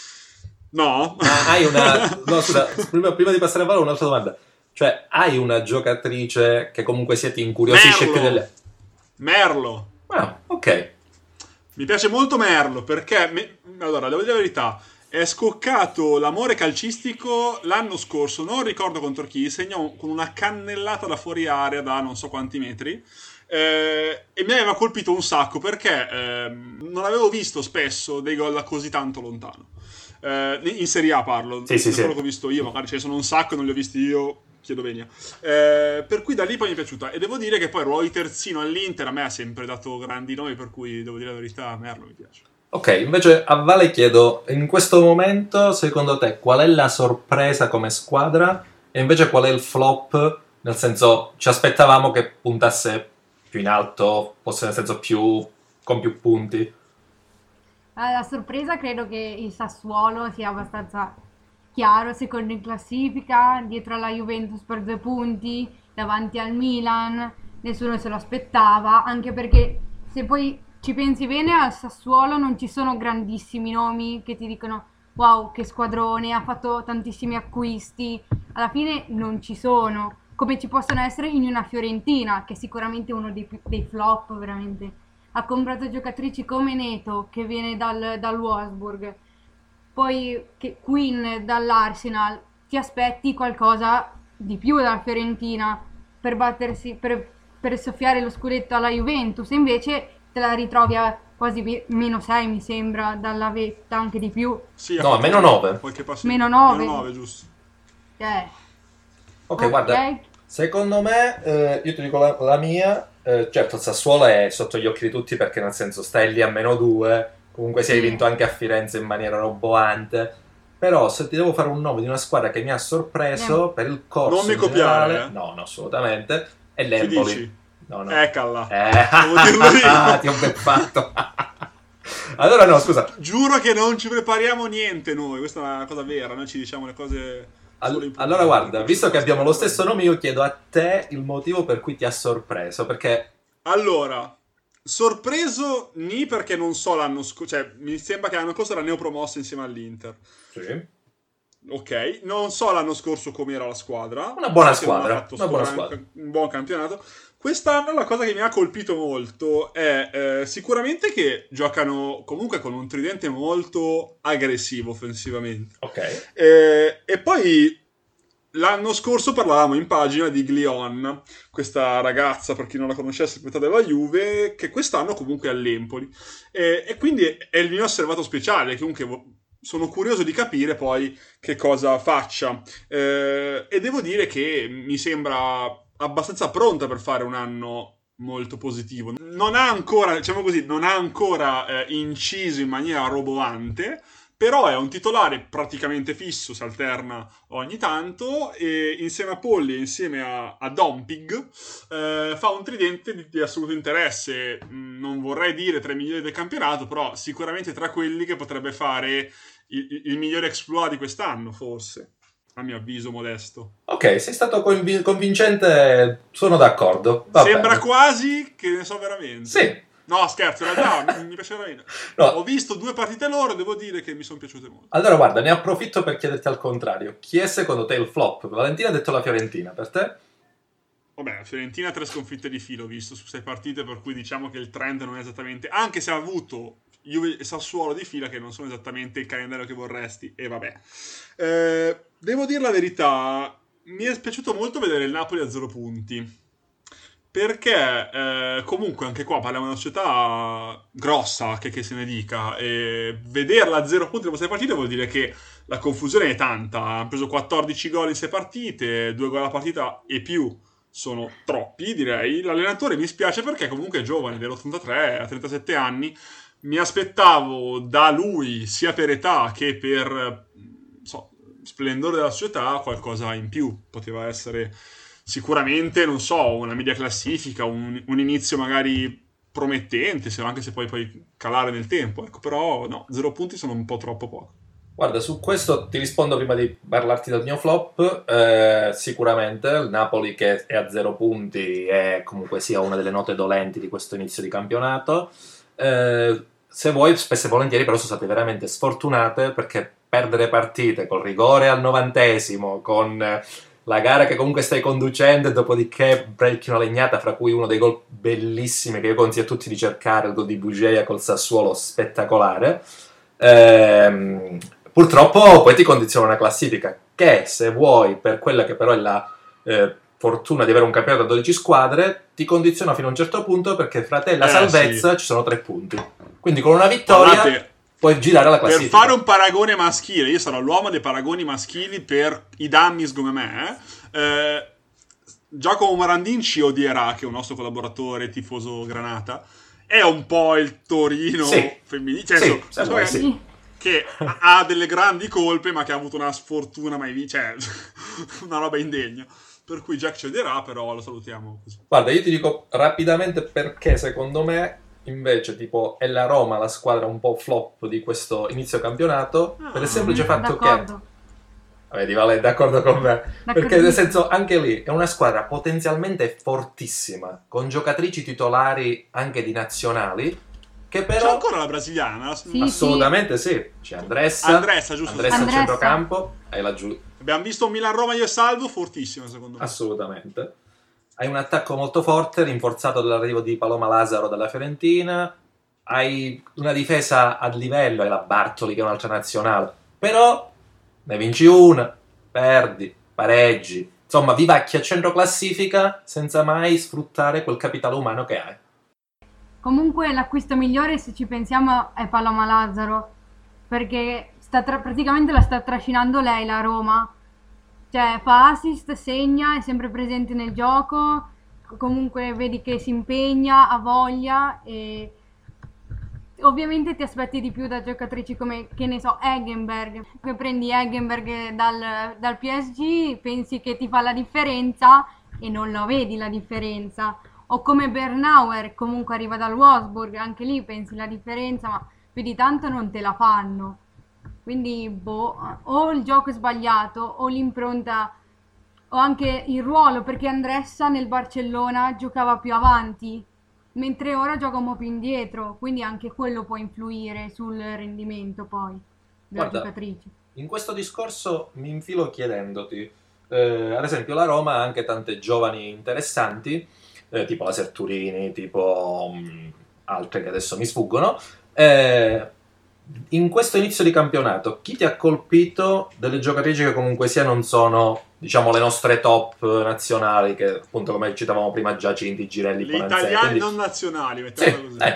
No? Ah, hai una... No, scusa, prima, prima di passare a Vale un'altra domanda. Cioè, hai una giocatrice che comunque sia ti incuriosisce Merlo. più delle... Merlo. Ah, ok. Mi piace molto Merlo, perché... me- Allora, devo dire la verità, è scoccato l'amore calcistico l'anno scorso, non ricordo contro chi, segnò con una cannellata da fuori area da non so quanti metri, Eh, e mi aveva colpito un sacco perché eh, non avevo visto spesso dei gol da così tanto lontano. Eh, in Serie A parlo, sì, sì, quello sì. che ho visto io, magari ce ne sono un sacco e non li ho visti io, chiedo venia. Eh, per cui da lì poi mi è piaciuta. E devo dire che poi il ruolo di terzino all'Inter a me ha sempre dato grandi nomi, per cui devo dire la verità, a Merlo mi piace. Ok, invece a Vale chiedo, in questo momento, secondo te, qual è la sorpresa come squadra e invece qual è il flop? Nel senso, ci aspettavamo che puntasse più in alto, fosse nel senso più con più punti. La sorpresa credo che il Sassuolo sia abbastanza chiaro, secondo in classifica, dietro alla Juventus per due punti, davanti al Milan, nessuno se lo aspettava, anche perché se poi ci pensi bene al Sassuolo non ci sono grandissimi nomi che ti dicono wow che squadrone, ha fatto tantissimi acquisti, alla fine non ci sono, come ci possono essere in una Fiorentina, che è sicuramente uno dei, dei flop veramente. Ha comprato giocatrici come Neto, che viene dal, dal Wolfsburg, poi che Queen dall'Arsenal. Ti aspetti qualcosa di più dalla Fiorentina per battersi, per, per soffiare lo scudetto alla Juventus, e invece te la ritrovi a quasi meno sei, mi sembra, dalla vetta, anche di più. Sì, no, meno nove. Meno nove. Meno nove, giusto. Eh. Ok, okay. Guarda, secondo me, eh, io ti dico la, la mia, eh, certo il Sassuolo è sotto gli occhi di tutti perché nel senso stai lì a meno due, comunque si hai vinto anche a Firenze in maniera roboante, però se ti devo fare un nome di una squadra che mi ha sorpreso eh. per il corso non mi in copiare, generale, eh. no, no, assolutamente, è l'Empoli. No, no. Eccala. Eh, ti ho beffato. Allora no, scusa. Giuro che non ci prepariamo niente noi, questa è una cosa vera, noi ci diciamo le cose... All- allora guarda, visto che abbiamo lo stesso nome, io chiedo a te il motivo per cui ti ha sorpreso, perché... Allora, sorpreso ni perché non so l'anno scorso, cioè mi sembra che l'anno scorso era neopromossa insieme all'Inter. Sì. Ok, non so l'anno scorso com'era la squadra. Una buona squadra, una buona squadra. Un buon campionato. Quest'anno la cosa che mi ha colpito molto è eh, sicuramente che giocano comunque con un tridente molto aggressivo offensivamente. Ok. Eh, e poi l'anno scorso parlavamo in pagina di Glion, questa ragazza, per chi non la conoscesse, metà della Juve, che quest'anno comunque è all'Empoli. E, e quindi è il mio osservato speciale, che comunque sono curioso di capire poi che cosa faccia. Eh, e devo dire che mi sembra abbastanza pronta per fare un anno molto positivo. Non ha ancora, diciamo così, non ha ancora eh, inciso in maniera roboante, però è un titolare praticamente fisso, si alterna ogni tanto, e insieme a Polli e insieme a, a Dompig eh, fa un tridente di, di assoluto interesse. Non vorrei dire tra i migliori del campionato, però sicuramente tra quelli che potrebbe fare il, il migliore exploit di quest'anno, forse. A mio avviso modesto. Ok, sei stato conv- convincente, sono d'accordo. Va Sembra bene. quasi che ne so veramente. Sì. No, scherzo, in realtà mi, mi piace veramente. No. Ho visto due partite loro, devo dire che mi sono piaciute molto. Allora guarda, ne approfitto per chiederti al contrario. Chi è secondo te il flop? Valentina ha detto la Fiorentina, per te? Vabbè, la Fiorentina ha tre sconfitte di filo, visto su sei partite, per cui diciamo che il trend non è esattamente... Anche se ha avuto Juve e Sassuolo di fila, che non sono esattamente il calendario che vorresti, e vabbè. Eh, devo dire la verità, mi è piaciuto molto vedere il Napoli a zero punti, perché eh, comunque anche qua parliamo di una società grossa, che, che se ne dica, e vederla a zero punti dopo sei partite vuol dire che la confusione è tanta. Hanno preso quattordici gol in sei partite, due gol alla partita e più sono troppi, direi. L'allenatore mi spiace perché comunque è giovane, dell'ottantatré, ha trentasette anni. Mi aspettavo da lui, sia per età che per so, splendore della società, qualcosa in più. Poteva essere sicuramente, non so, una media classifica, un, un inizio magari promettente, anche se poi puoi calare nel tempo. Ecco, però no, zero punti sono un po' troppo poco. Guarda, su questo ti rispondo prima di parlarti del mio flop. Eh, sicuramente il Napoli, che è a zero punti, è comunque sia una delle note dolenti di questo inizio di campionato. Eh, se vuoi, spesso e volentieri però sono state veramente sfortunate, perché perdere partite col rigore al novantesimo, con la gara che comunque stai conducendo e dopodiché break una legnata, fra cui uno dei gol bellissimi che io consiglio a tutti di cercare, il gol di Bugeia col Sassuolo, spettacolare. Ehm, purtroppo poi ti condiziona una classifica che, se vuoi, per quella che però è la eh, fortuna di avere un campionato a dodici squadre ti condiziona fino a un certo punto, perché fra te e la Eh, salvezza sì. ci sono tre punti. Quindi con una vittoria Guardate, puoi girare la per classifica. fare un paragone maschile, io sarò l'uomo dei paragoni maschili per i dummies come me. Eh, Giacomo Morandin ci odierà, che è un nostro collaboratore tifoso Granata. È un po' il Torino Sì. femminile. Cioè, Sì, so- se so vuoi, che- sì. che ha delle grandi colpe, ma che ha avuto una sfortuna mai vista. Cioè, una roba indegna. Per cui Jack ci odierà, però lo salutiamo così. Guarda, io ti dico rapidamente perché secondo me invece tipo è la Roma la squadra un po' flop di questo inizio campionato, Ah, per il semplice fatto che D'accordo. vedi, Vale, è d'accordo con me. Perché nel D'accordissimo. senso anche lì è una squadra potenzialmente fortissima, con giocatrici titolari anche di nazionali, che C'è però ancora la brasiliana? Sì. assolutamente sì. C'è Andressa, Andressa, giusto? Andressa al Andressa. centrocampo, hai laggiù Abbiamo visto un Milan-Roma io e Salvo, fortissimo secondo me. assolutamente. Hai un attacco molto forte, rinforzato dall'arrivo di Paloma Lazaro dalla Fiorentina. Hai una difesa a livello, hai la Bartoli che è un'altra nazionale. Però ne vinci una, perdi, pareggi. Insomma, vivacchi a centro classifica senza mai sfruttare quel capitale umano che hai. Comunque l'acquisto migliore, se ci pensiamo, è Paloma Lazzaro, perché sta tra- praticamente la sta trascinando lei la Roma. Cioè fa assist, segna, è sempre presente nel gioco, comunque vedi che si impegna, ha voglia e ovviamente ti aspetti di più da giocatrici come, che ne so, Eggenberg. Che prendi Eggenberg dal, dal P S G, pensi che ti fa la differenza e non lo vedi la differenza. O come Bernauer, comunque arriva dal Wolfsburg, anche lì pensi la differenza, ma più di tanto non te la fanno. Quindi, boh, o il gioco è sbagliato, o l'impronta, o anche il ruolo, perché Andressa nel Barcellona giocava più avanti, mentre ora gioca un po' più indietro, quindi anche quello può influire sul rendimento poi della Guarda, giocatrice. In questo discorso mi infilo chiedendoti, eh, ad esempio la Roma ha anche tante giovani interessanti, eh, tipo la Serturini, tipo mh, altre che adesso mi sfuggono. Eh, in questo inizio di campionato, chi ti ha colpito delle giocatrici che comunque sia non sono, diciamo, le nostre top nazionali, che appunto come citavamo prima Giacinti, Girelli, Le Bonanzè, italiane quindi- non nazionali, mettiamola Sì, così. eh,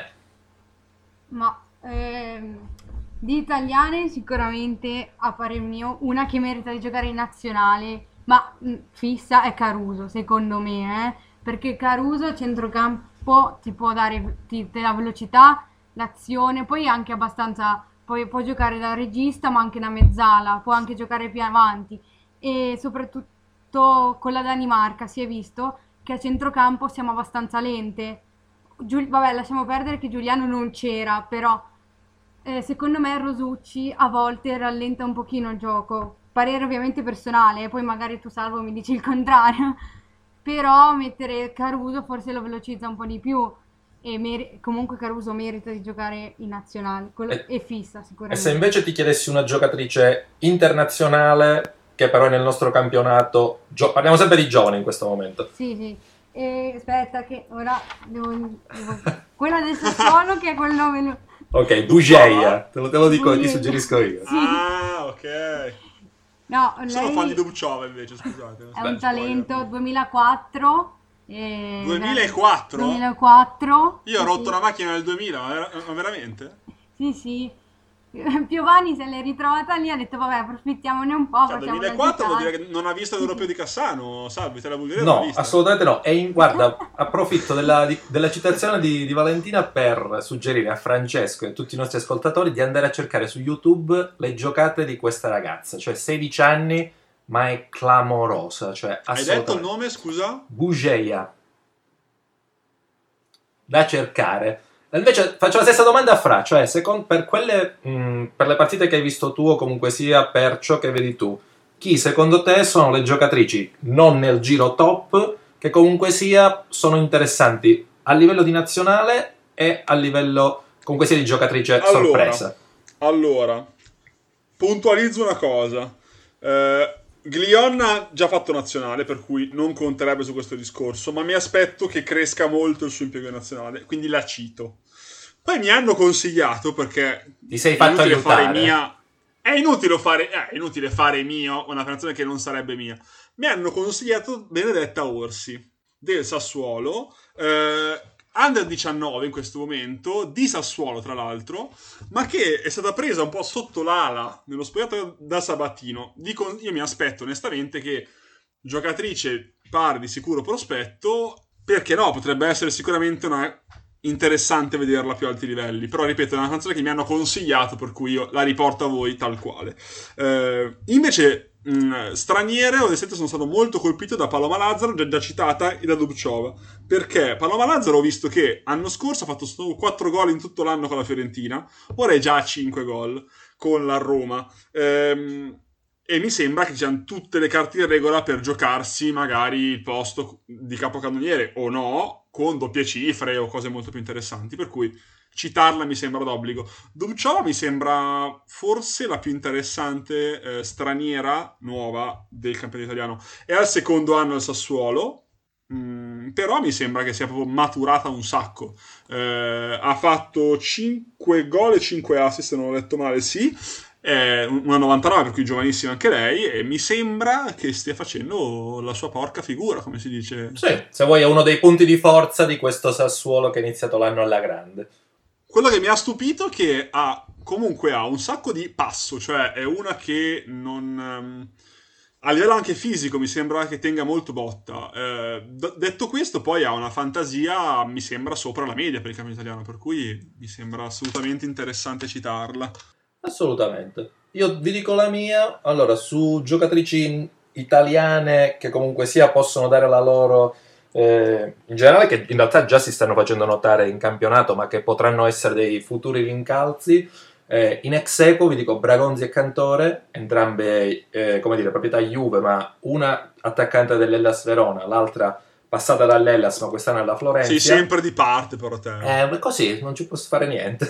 Ma ehm, di italiane sicuramente a parer mio una che merita di giocare in nazionale, ma mh, fissa è Caruso, secondo me, eh, perché Caruso a centrocampo ti può dare ti, ti dà velocità, l'azione, poi anche abbastanza, poi può giocare da regista ma anche da mezzala, può anche giocare più avanti e soprattutto con la Danimarca si è visto che a centrocampo siamo abbastanza lente. Giul- vabbè, lasciamo perdere che Giuliano non c'era, però eh, secondo me Rosucci a volte rallenta un pochino il gioco. Parere ovviamente personale, eh, poi magari tu Salvo mi dici il contrario, però mettere Caruso forse lo velocizza un po' di più e mer- comunque Caruso merita di giocare in nazionale quello- E- e fissa E sicuramente. se invece ti chiedessi una giocatrice internazionale che però è nel nostro campionato, gio- parliamo sempre di giovani in questo momento. Sì, sì. E aspetta che ora devo, devo... quello del Sassuolo che è quel nome lo- Ok, Bugeia, te lo, te lo dico, ti Bugeia. suggerisco io. Sì. Ah, ok. No, Sono lei fan di Dubčova invece, scusate. è Beh, un talento duemilaquattro. e- duemilaquattro? duemilaquattro. Io ho Sì, rotto sì. la macchina nel duemila, ma ver- ma veramente? Sì, sì. Piovani se l'è ritrovata lì, ha detto vabbè approfittiamone un po', Cioè, facciamo duemilaquattro vuol giocare. dire che non ha visto l'Europeo di Cassano, Salvi, te la Bulgaria No, l'ha vista? assolutamente no. E in- guarda, approfitto della, di- della citazione di, di Valentina per suggerire a Francesco e a tutti i nostri ascoltatori di andare a cercare su YouTube le giocate di questa ragazza. Cioè sedici anni, ma è clamorosa. Cioè, Hai detto il assolutamente. nome, scusa? Bugeia. Da cercare. E invece faccio la stessa domanda a Fra, cioè secon- per quelle mh, per le partite che hai visto tu o comunque sia per ciò che vedi tu, chi secondo te sono le giocatrici non nel giro top che comunque sia sono interessanti a livello di nazionale e a livello comunque sia di giocatrice Allora. sorpresa? Allora, puntualizzo una cosa. Eh, Glion ha già fatto nazionale, per cui non conterebbe su questo discorso, ma mi aspetto che cresca molto il suo impiego in nazionale, quindi la cito. Poi mi hanno consigliato, perché Ti sei è fatto inutile fare aiutare. mia... è inutile fare, eh, è inutile fare mio una canzone che non sarebbe mia. Mi hanno consigliato Benedetta Orsi del Sassuolo, eh, under diciannove in questo momento, di Sassuolo tra l'altro, ma che è stata presa un po' sotto l'ala nello spogliatoio da Sabatino. Dico, io mi aspetto onestamente che giocatrice pari di sicuro prospetto, perché no, potrebbe essere sicuramente una interessante vederla a più alti livelli, però ripeto è una canzone che mi hanno consigliato, per cui io la riporto a voi tal quale. Eh, invece mh, straniere, onestamente sono stato molto colpito da Paloma Lazzaro, già, già citata, e da Dubčová, perché Paloma Lazzaro ho visto che l'anno scorso ha fatto solo quattro gol in tutto l'anno con la Fiorentina, ora è già a cinque gol con la Roma. Ehm, e mi sembra che ci siano tutte le carte in regola per giocarsi magari il posto di capocannoniere o no, con doppie cifre o cose molto più interessanti, per cui citarla mi sembra d'obbligo. Dubčová mi sembra forse la più interessante eh, straniera nuova del campionato italiano. È al secondo anno al Sassuolo, mm, però mi sembra che sia proprio maturata un sacco. Eh, ha fatto cinque gol e cinque assist, se non ho letto male, sì. È una novantanove, per cui giovanissima anche lei, e mi sembra che stia facendo la sua porca figura, come si dice. Sì, se vuoi è uno dei punti di forza di questo Sassuolo che ha iniziato l'anno alla grande. Quello che mi ha stupito è che ha comunque ha un sacco di passo, cioè è una che non... Um, a livello anche fisico mi sembra che tenga molto botta. Eh, d- detto questo, poi ha una fantasia, mi sembra, sopra la media per il campionato italiano, per cui mi sembra assolutamente interessante citarla. Assolutamente. Io vi dico la mia. Allora, su giocatrici italiane che comunque sia possono dare la loro, eh, in generale, che in realtà già si stanno facendo notare in campionato, ma che potranno essere dei futuri rincalzi. Eh, in ex equo vi dico Bragonzi e Cantore, entrambe, eh, come dire, proprietà Juve, ma una attaccante dell'Hellas Verona, l'altra passata dall'Hellas, ma quest'anno alla Florenza. Sei sempre di parte, però te. Eh, così, non ci posso fare niente.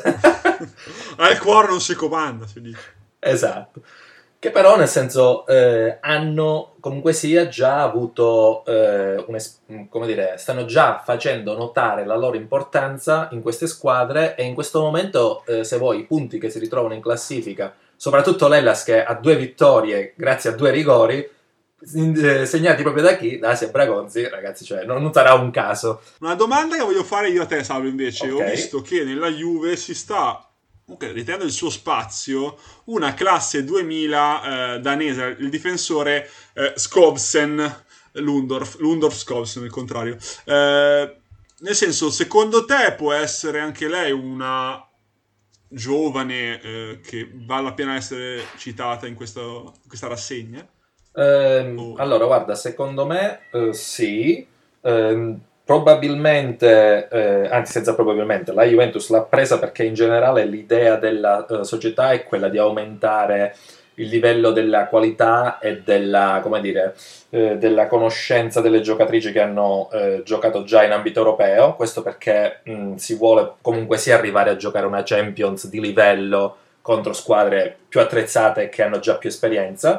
Al cuore non si comanda, si dice. Esatto. Che però, nel senso, eh, hanno comunque sia già avuto, eh, un es- come dire, stanno già facendo notare la loro importanza in queste squadre, e in questo momento, eh, se vuoi, i punti che si ritrovano in classifica, soprattutto l'Hellas che ha due vittorie grazie a due rigori, segnati proprio da chi? Da Asia Bragonzi, ragazzi, cioè non, non sarà un caso. Una domanda che voglio fare io a te, Salvo, invece. Okay. Ho visto che nella Juve si sta, okay, ritenendo il suo spazio, una classe duemila eh, danese, il difensore eh, Skovsen, Lundorf, Lundorf Skovsen, il contrario. Eh, nel senso, secondo te può essere anche lei una giovane eh, che vale la pena essere citata in, questo, in questa rassegna? Ehm, Oh. Allora, guarda, secondo me eh, sì. Ehm, probabilmente, eh, anzi senza probabilmente, la Juventus l'ha presa perché in generale l'idea della eh, società è quella di aumentare il livello della qualità e della, come dire, eh, della conoscenza delle giocatrici che hanno eh, giocato già in ambito europeo. Questo perché mh, si vuole comunque sia arrivare a giocare una Champions di livello contro squadre più attrezzate e che hanno già più esperienza.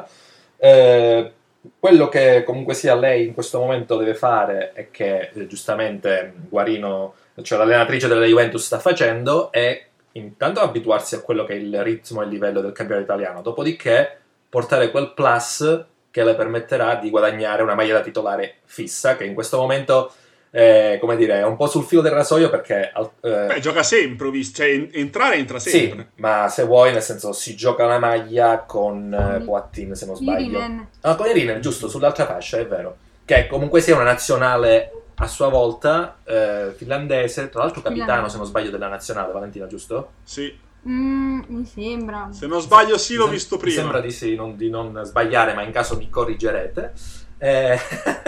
Eh, quello che comunque sia lei in questo momento deve fare, e che eh, giustamente Guarino, cioè l'allenatrice della Juventus, sta facendo, è intanto abituarsi a quello che è il ritmo e il livello del campionato italiano, dopodiché portare quel plus che le permetterà di guadagnare una maglia da titolare fissa, che in questo momento eh, come dire, è un po' sul filo del rasoio perché eh, Beh, gioca sempre, ho visto. Cioè, en- entrare entra sempre. sì, ma se vuoi, nel senso, si gioca una maglia con eh, Mm. Boattin, se non sbaglio. Irinen. No, con Irinen, giusto, sull'altra fascia, è vero. Che comunque sia una nazionale a sua volta, eh, finlandese, tra l'altro capitano, Finlandese. se non sbaglio, della nazionale, Valentina, giusto? Sì. Mm, mi sembra. Se non sbaglio, sì, Mi l'ho sem- visto Mi prima. sembra di sì, non, di non sbagliare, ma in caso mi corrigerete. Eh,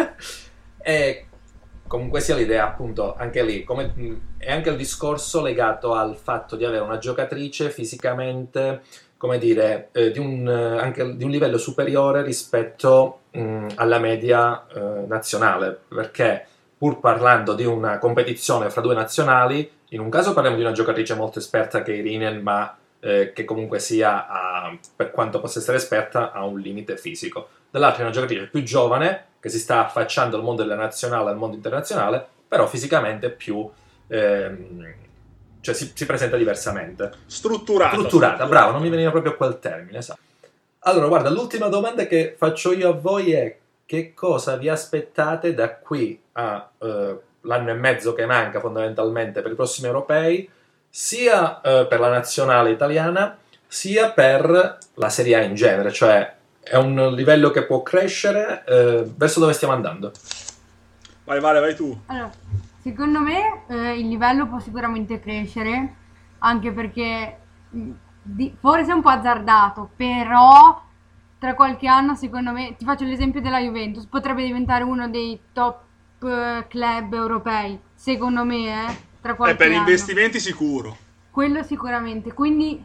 e comunque sia l'idea, appunto, anche lì, come, mh, è anche il discorso legato al fatto di avere una giocatrice fisicamente, come dire, eh, di, un, eh, anche di un livello superiore rispetto mh, alla media eh, nazionale, perché pur parlando di una competizione fra due nazionali, in un caso parliamo di una giocatrice molto esperta che è Irinen, ma eh, che comunque sia, a, per quanto possa essere esperta, ha un limite fisico. Dall'altro è una giocatrice più giovane, che si sta affacciando al mondo della nazionale, al mondo internazionale, però fisicamente più, ehm, cioè si, si presenta diversamente. Strutturata. Strutturata, bravo, non mi veniva proprio quel termine, esatto. Allora, guarda, l'ultima domanda che faccio io a voi è: che cosa vi aspettate da qui a eh, l'anno e mezzo che manca fondamentalmente per i prossimi europei, sia eh, per la nazionale italiana, sia per la Serie A in genere? Cioè, è un livello che può crescere? Eh, verso dove stiamo andando? Vai, Vale, vai tu. Allora, secondo me eh, il livello può sicuramente crescere, anche perché mh, di- forse è un po' azzardato, però tra qualche anno, secondo me, ti faccio l'esempio della Juventus, potrebbe diventare uno dei top eh, club europei, secondo me, eh, tra Eh, qualche per anno. investimenti sicuro. Quello sicuramente, quindi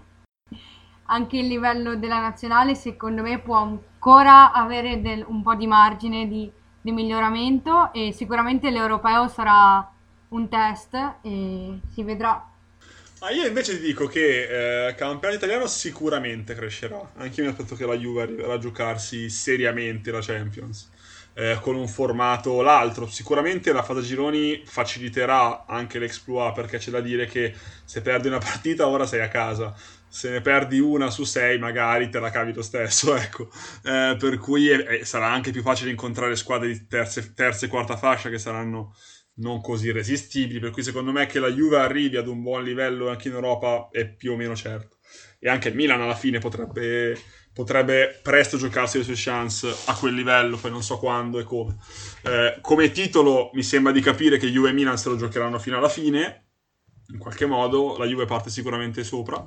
anche il livello della nazionale secondo me può ancora avere del- un po' di margine di, di miglioramento, e sicuramente l'europeo sarà un test e si vedrà. Ah, io invece ti dico che eh, campionato italiano sicuramente crescerà. Anche io mi aspetto che la Juve arriverà a giocarsi seriamente la Champions, eh, con un formato l'altro. Sicuramente la fase a gironi faciliterà anche l'exploit, perché c'è da dire che se perdi una partita ora sei a casa. Se ne perdi una su sei magari te la cavi lo stesso, ecco. Eh, per cui eh, sarà anche più facile incontrare squadre di terze, terza e quarta fascia che saranno non così resistibili, per cui secondo me che la Juve arrivi ad un buon livello anche in Europa è più o meno certo. E anche il Milan alla fine potrebbe, potrebbe presto giocarsi le sue chance a quel livello, poi non so quando e come. Eh, come titolo mi sembra di capire che Juve e Milan se lo giocheranno fino alla fine, in qualche modo la Juve parte sicuramente sopra.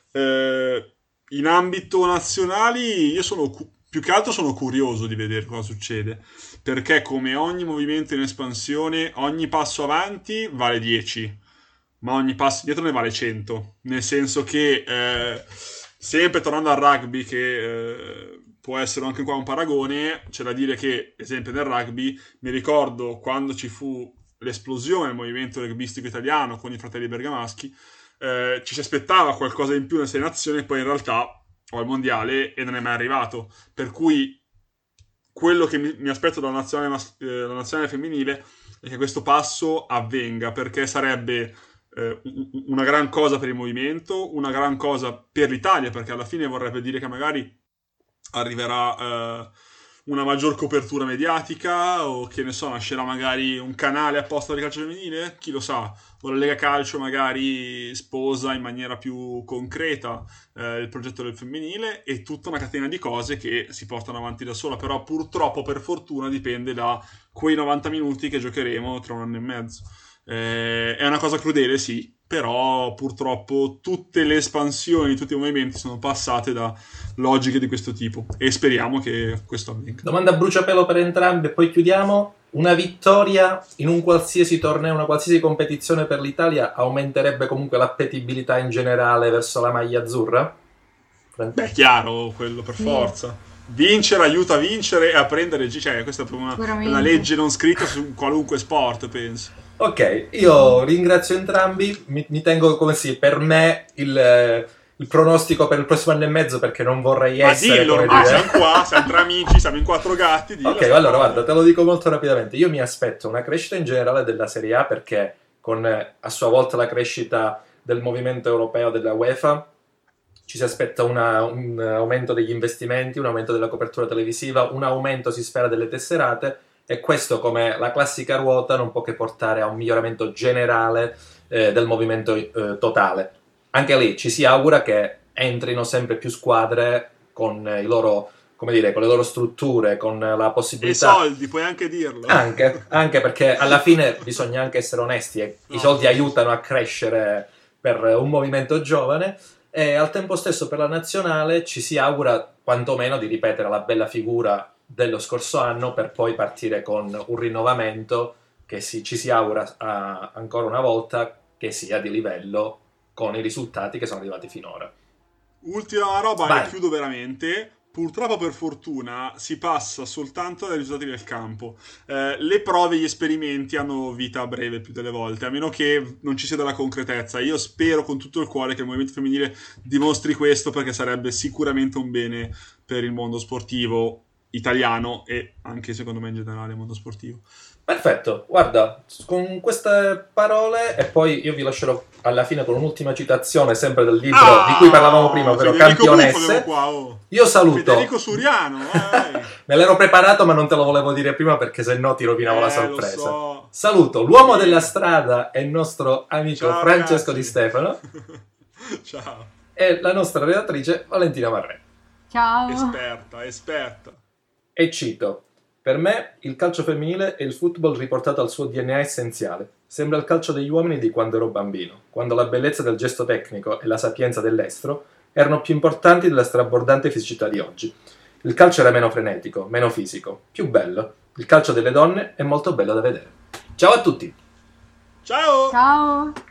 Eh, in ambito nazionali io sono cu- più che altro sono curioso di vedere cosa succede, perché come ogni movimento in espansione, ogni passo avanti vale dieci, ma ogni passo dietro ne vale cento, nel senso che eh, sempre tornando al rugby, che eh, può essere anche qua un paragone, c'è da dire che, esempio nel rugby, mi ricordo quando ci fu l'esplosione del movimento rugbyistico italiano con i fratelli bergamaschi, eh, ci si aspettava qualcosa in più nelle sei nazioni, poi in realtà o al mondiale e non è mai arrivato, per cui quello che mi, mi aspetto dalla nazionale, mas- eh, dalla nazionale femminile è che questo passo avvenga, perché sarebbe eh, un- una gran cosa per il movimento, una gran cosa per l'Italia, perché alla fine vorrebbe dire che magari arriverà eh, una maggior copertura mediatica, o che ne so, nascerà magari un canale apposta per il calcio femminile, chi lo sa, o la Lega Calcio magari sposa in maniera più concreta eh, il progetto del femminile, e tutta una catena di cose che si portano avanti da sola, però purtroppo per fortuna dipende da quei novanta minuti che giocheremo tra un anno e mezzo. Eh, è una cosa crudele, sì, però purtroppo tutte le espansioni, tutti i movimenti sono passate da logiche di questo tipo, e speriamo che questo avvenga. Domanda a bruciapelo per entrambi e poi chiudiamo. Una vittoria in un qualsiasi torneo, una qualsiasi competizione per l'Italia aumenterebbe comunque l'appetibilità in generale verso la maglia azzurra? Beh, chiaro, quello per Sì. forza. Vincere aiuta a vincere e a prendere, cioè questa è proprio una, Sicuramente. una legge non scritta su qualunque sport, penso. Ok, io ringrazio entrambi, mi, mi tengo come sì, per me il, il pronostico per il prossimo anno e mezzo, perché non vorrei Ma essere, dillo, come ormai dire... siamo qua, siamo tra amici, siamo in quattro gatti, dillo. Ok, allora guarda, te lo dico molto rapidamente. Io mi aspetto una crescita in generale della Serie A, perché con eh, a sua volta la crescita del movimento europeo della UEFA ci si aspetta una- un aumento degli investimenti, un aumento della copertura televisiva, un aumento, si spera, delle tesserate, e questo, come la classica ruota, non può che portare a un miglioramento generale eh, del movimento eh, totale. Anche lì ci si augura che entrino sempre più squadre con i loro, come dire, con le loro strutture, con la E possibilità... soldi, puoi anche dirlo. Anche, anche perché alla fine bisogna anche essere onesti, e i No. soldi aiutano a crescere per un movimento giovane, e al tempo stesso per la nazionale ci si augura quantomeno di ripetere la bella figura dello scorso anno, per poi partire con un rinnovamento che si- ci si augura ah, ancora una volta che sia di livello con i risultati che sono arrivati finora. Ultima roba Vai. e chiudo veramente. Purtroppo, per fortuna, si passa soltanto dai risultati del campo. Eh, le prove, gli esperimenti hanno vita breve più delle volte, a meno che non ci sia della concretezza. Io spero con tutto il cuore che il movimento femminile dimostri questo, perché sarebbe sicuramente un bene per il mondo sportivo italiano e anche, secondo me, in generale il mondo sportivo. Perfetto, guarda, con queste parole e poi io vi lascerò alla fine con un'ultima citazione sempre del libro Ah, di cui parlavamo prima, ovvero Federico Campionesse. Buffo qua, oh. Io saluto. Federico Suriano, vai. Me l'ero preparato ma non te lo volevo dire prima perché se no ti rovinavo Eh, la sorpresa. lo so. Saluto l'uomo della strada e il nostro amico Ciao, Francesco ragazzi. Di Stefano Ciao. e la nostra redattrice Valentina Marrè. Ciao. Esperta, esperta. E cito: per me il calcio femminile è il football riportato al suo D N A essenziale. Sembra il calcio degli uomini di quando ero bambino, quando la bellezza del gesto tecnico e la sapienza dell'estro erano più importanti della strabordante fisicità di oggi. Il calcio era meno frenetico, meno fisico, più bello. Il calcio delle donne è molto bello da vedere. Ciao a tutti! Ciao! Ciao.